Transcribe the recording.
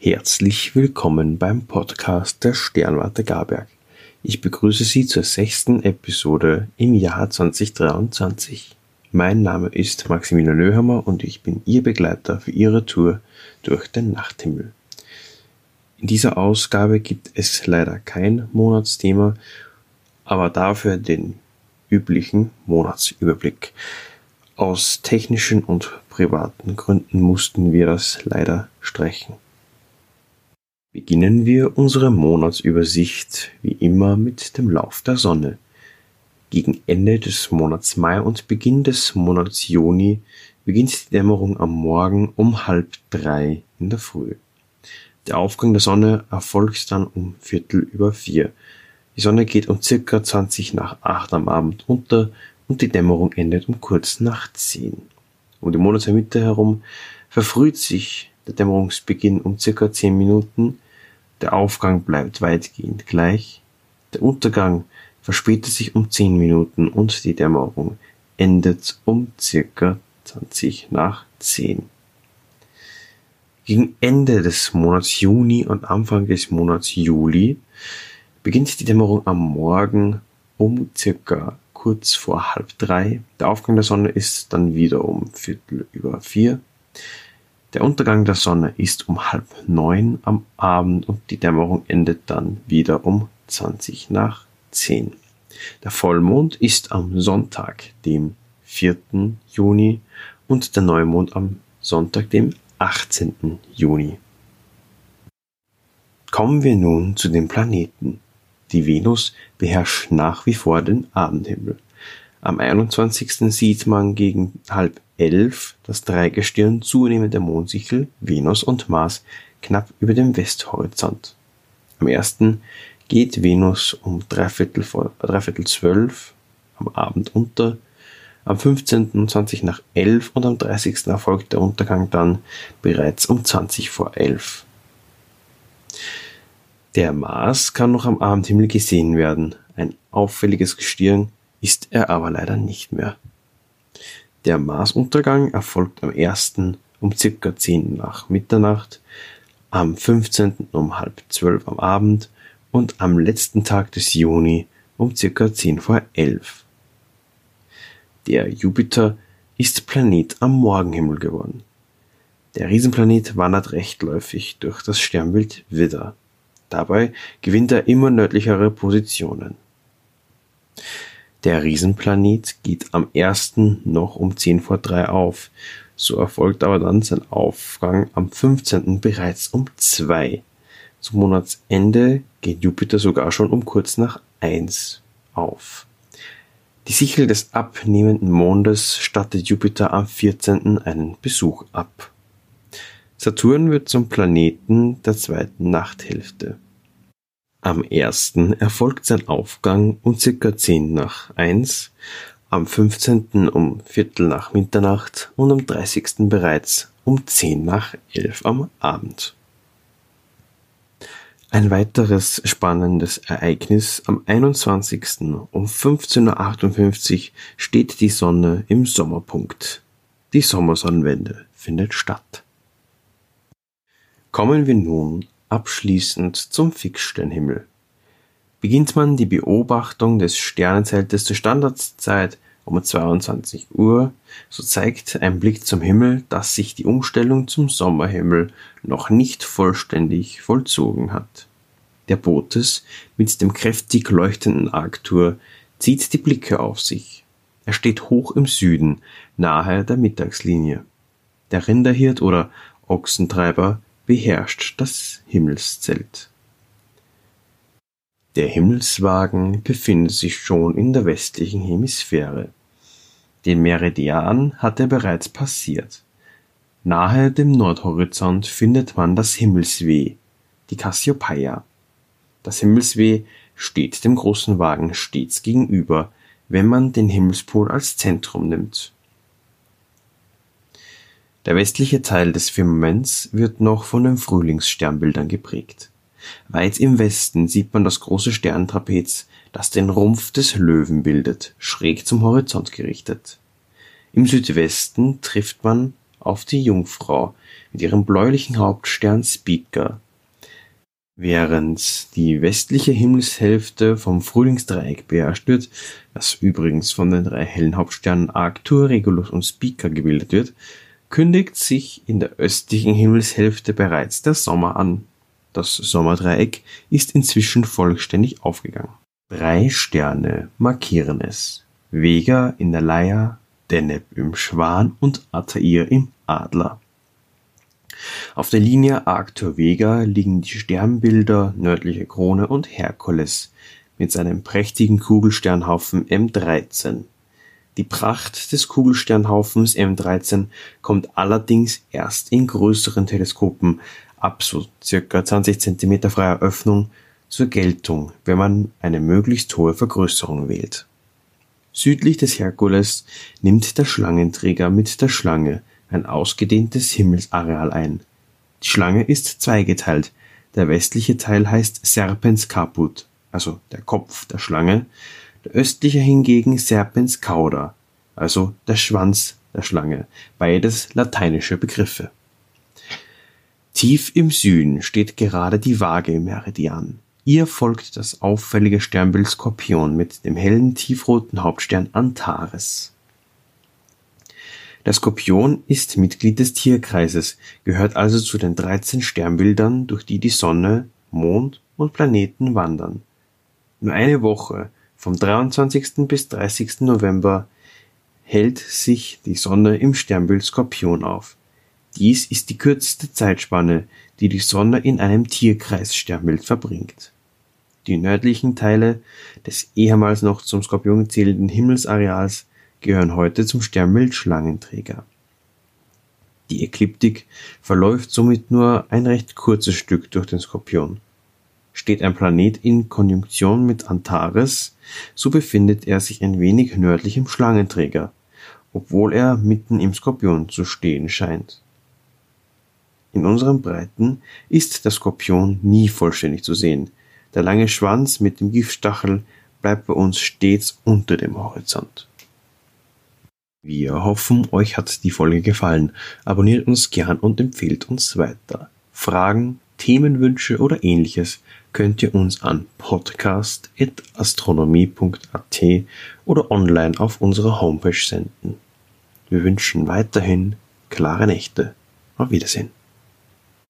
Herzlich willkommen beim Podcast der Sternwarte Garberg. Ich begrüße Sie zur 6. Episode im Jahr 2023. Mein Name ist Maximilian Löhammer und ich bin Ihr Begleiter für Ihre Tour durch den Nachthimmel. In dieser Ausgabe gibt es leider kein Monatsthema, aber dafür den üblichen Monatsüberblick. Aus technischen und privaten Gründen mussten wir das leider streichen. Beginnen wir unsere Monatsübersicht wie immer mit dem Lauf der Sonne. Gegen Ende des Monats Mai und Beginn des Monats Juni beginnt die Dämmerung am Morgen um 2:30 in der Früh. Der Aufgang der Sonne erfolgt dann um 4:15. Die Sonne geht um circa 7:20 am Abend unter und die Dämmerung endet um kurz nach 10. Um die Monatsmitte herum verfrüht sich der Dämmerungsbeginn um circa 10 Minuten, der Aufgang bleibt weitgehend gleich, der Untergang verspätet sich um 10 Minuten und die Dämmerung endet um circa 20:10. Gegen Ende des Monats Juni und Anfang des Monats Juli beginnt die Dämmerung am Morgen um circa kurz vor 2:30. Der Aufgang der Sonne ist dann wieder um 4:15. Der Untergang der Sonne ist um 8:30 am Abend und die Dämmerung endet dann wieder um 20:10. Der Vollmond ist am Sonntag, dem 4. Juni und der Neumond am Sonntag, dem 18. Juni. Kommen wir nun zu den Planeten. Die Venus beherrscht nach wie vor den Abendhimmel. Am 21. sieht man gegen 10:30 das Dreigestirn zunehmend der Mondsichel, Venus und Mars knapp über dem Westhorizont. Am 1. geht Venus um 11:45 am Abend unter, am 15. um 11:20 und am 30. erfolgt der Untergang dann bereits um 11:20. Der Mars kann noch am Abendhimmel gesehen werden. Ein auffälliges Gestirn ist er aber leider nicht mehr. Der Marsuntergang erfolgt am 1. um circa 10 nach Mitternacht, am 15. um 11:30 am Abend und am letzten Tag des Juni um circa 10:11. Der Jupiter ist Planet am Morgenhimmel geworden. Der Riesenplanet wandert rechtläufig durch das Sternbild Widder. Dabei gewinnt er immer nördlichere Positionen. Der Riesenplanet geht am 1. noch um 2:10 auf, so erfolgt aber dann sein Aufgang am 15. bereits um 2. Zum Monatsende geht Jupiter sogar schon um kurz nach 1 auf. Die Sichel des abnehmenden Mondes stattet Jupiter am 14. einen Besuch ab. Saturn wird zum Planeten der zweiten Nachthälfte. Am 1. erfolgt sein Aufgang um circa 10 nach 1, am 15. um 1/4 nach Mitternacht und am 30. bereits um 10 nach 11 am Abend. Ein weiteres spannendes Ereignis: am 21. um 15:58 Uhr steht die Sonne im Sommerpunkt. Die Sommersonnenwende findet statt. Kommen wir nun abschließend zum Fixsternhimmel. Beginnt man die Beobachtung des Sternenzeltes zur Standardzeit um 22 Uhr, so zeigt ein Blick zum Himmel, dass sich die Umstellung zum Sommerhimmel noch nicht vollständig vollzogen hat. Der Bootes mit dem kräftig leuchtenden Arctur zieht die Blicke auf sich. Er steht hoch im Süden, nahe der Mittagslinie. Der Rinderhirt oder Ochsentreiber beherrscht das Himmelszelt. Der Himmelswagen befindet sich schon in der westlichen Hemisphäre. Den Meridian hat er bereits passiert. Nahe dem Nordhorizont findet man das Himmelsweh, die Cassiopeia. Das Himmelsweh steht dem großen Wagen stets gegenüber, wenn man den Himmelspol als Zentrum nimmt. Der westliche Teil des Firmaments wird noch von den Frühlingssternbildern geprägt. Weit im Westen sieht man das große Sterntrapez, das den Rumpf des Löwen bildet, schräg zum Horizont gerichtet. Im Südwesten trifft man auf die Jungfrau mit ihrem bläulichen Hauptstern Spica. Während die westliche Himmelshälfte vom Frühlingsdreieck beherrscht wird, das übrigens von den 3 hellen Hauptsternen Arctur, Regulus und Spica gebildet wird, kündigt sich in der östlichen Himmelshälfte bereits der Sommer an. Das Sommerdreieck ist inzwischen vollständig aufgegangen. 3 Sterne markieren es: Vega in der Leier, Deneb im Schwan und Altair im Adler. Auf der Linie Arctur-Vega liegen die Sternbilder Nördliche Krone und Herkules mit seinem prächtigen Kugelsternhaufen M13. Die Pracht des Kugelsternhaufens M13 kommt allerdings erst in größeren Teleskopen ab so ca. 20 cm freier Öffnung zur Geltung, wenn man eine möglichst hohe Vergrößerung wählt. Südlich des Herkules nimmt der Schlangenträger mit der Schlange ein ausgedehntes Himmelsareal ein. Die Schlange ist zweigeteilt. Der westliche Teil heißt Serpens caput, also der Kopf der Schlange, der östliche hingegen Serpens cauda, also der Schwanz der Schlange, beides lateinische Begriffe. Tief im Süden steht gerade die Waage im Meridian. Ihr folgt das auffällige Sternbild Skorpion mit dem hellen tiefroten Hauptstern Antares. Der Skorpion ist Mitglied des Tierkreises, gehört also zu den 13 Sternbildern, durch die die Sonne, Mond und Planeten wandern. Nur eine Woche, vom 23. bis 30. November, hält sich die Sonne im Sternbild Skorpion auf. Dies ist die kürzeste Zeitspanne, die die Sonne in einem Tierkreissternbild verbringt. Die nördlichen Teile des ehemals noch zum Skorpion zählenden Himmelsareals gehören heute zum Sternbild Schlangenträger. Die Ekliptik verläuft somit nur ein recht kurzes Stück durch den Skorpion. Steht ein Planet in Konjunktion mit Antares, so befindet er sich ein wenig nördlich im Schlangenträger, obwohl er mitten im Skorpion zu stehen scheint. In unseren Breiten ist der Skorpion nie vollständig zu sehen. Der lange Schwanz mit dem Giftstachel bleibt bei uns stets unter dem Horizont. Wir hoffen, euch hat die Folge gefallen. Abonniert uns gern und empfehlt uns weiter. Fragen, Themenwünsche oder ähnliches könnt ihr uns an podcast@astronomie.at oder online auf unserer Homepage senden. Wir wünschen weiterhin klare Nächte. Auf Wiedersehen.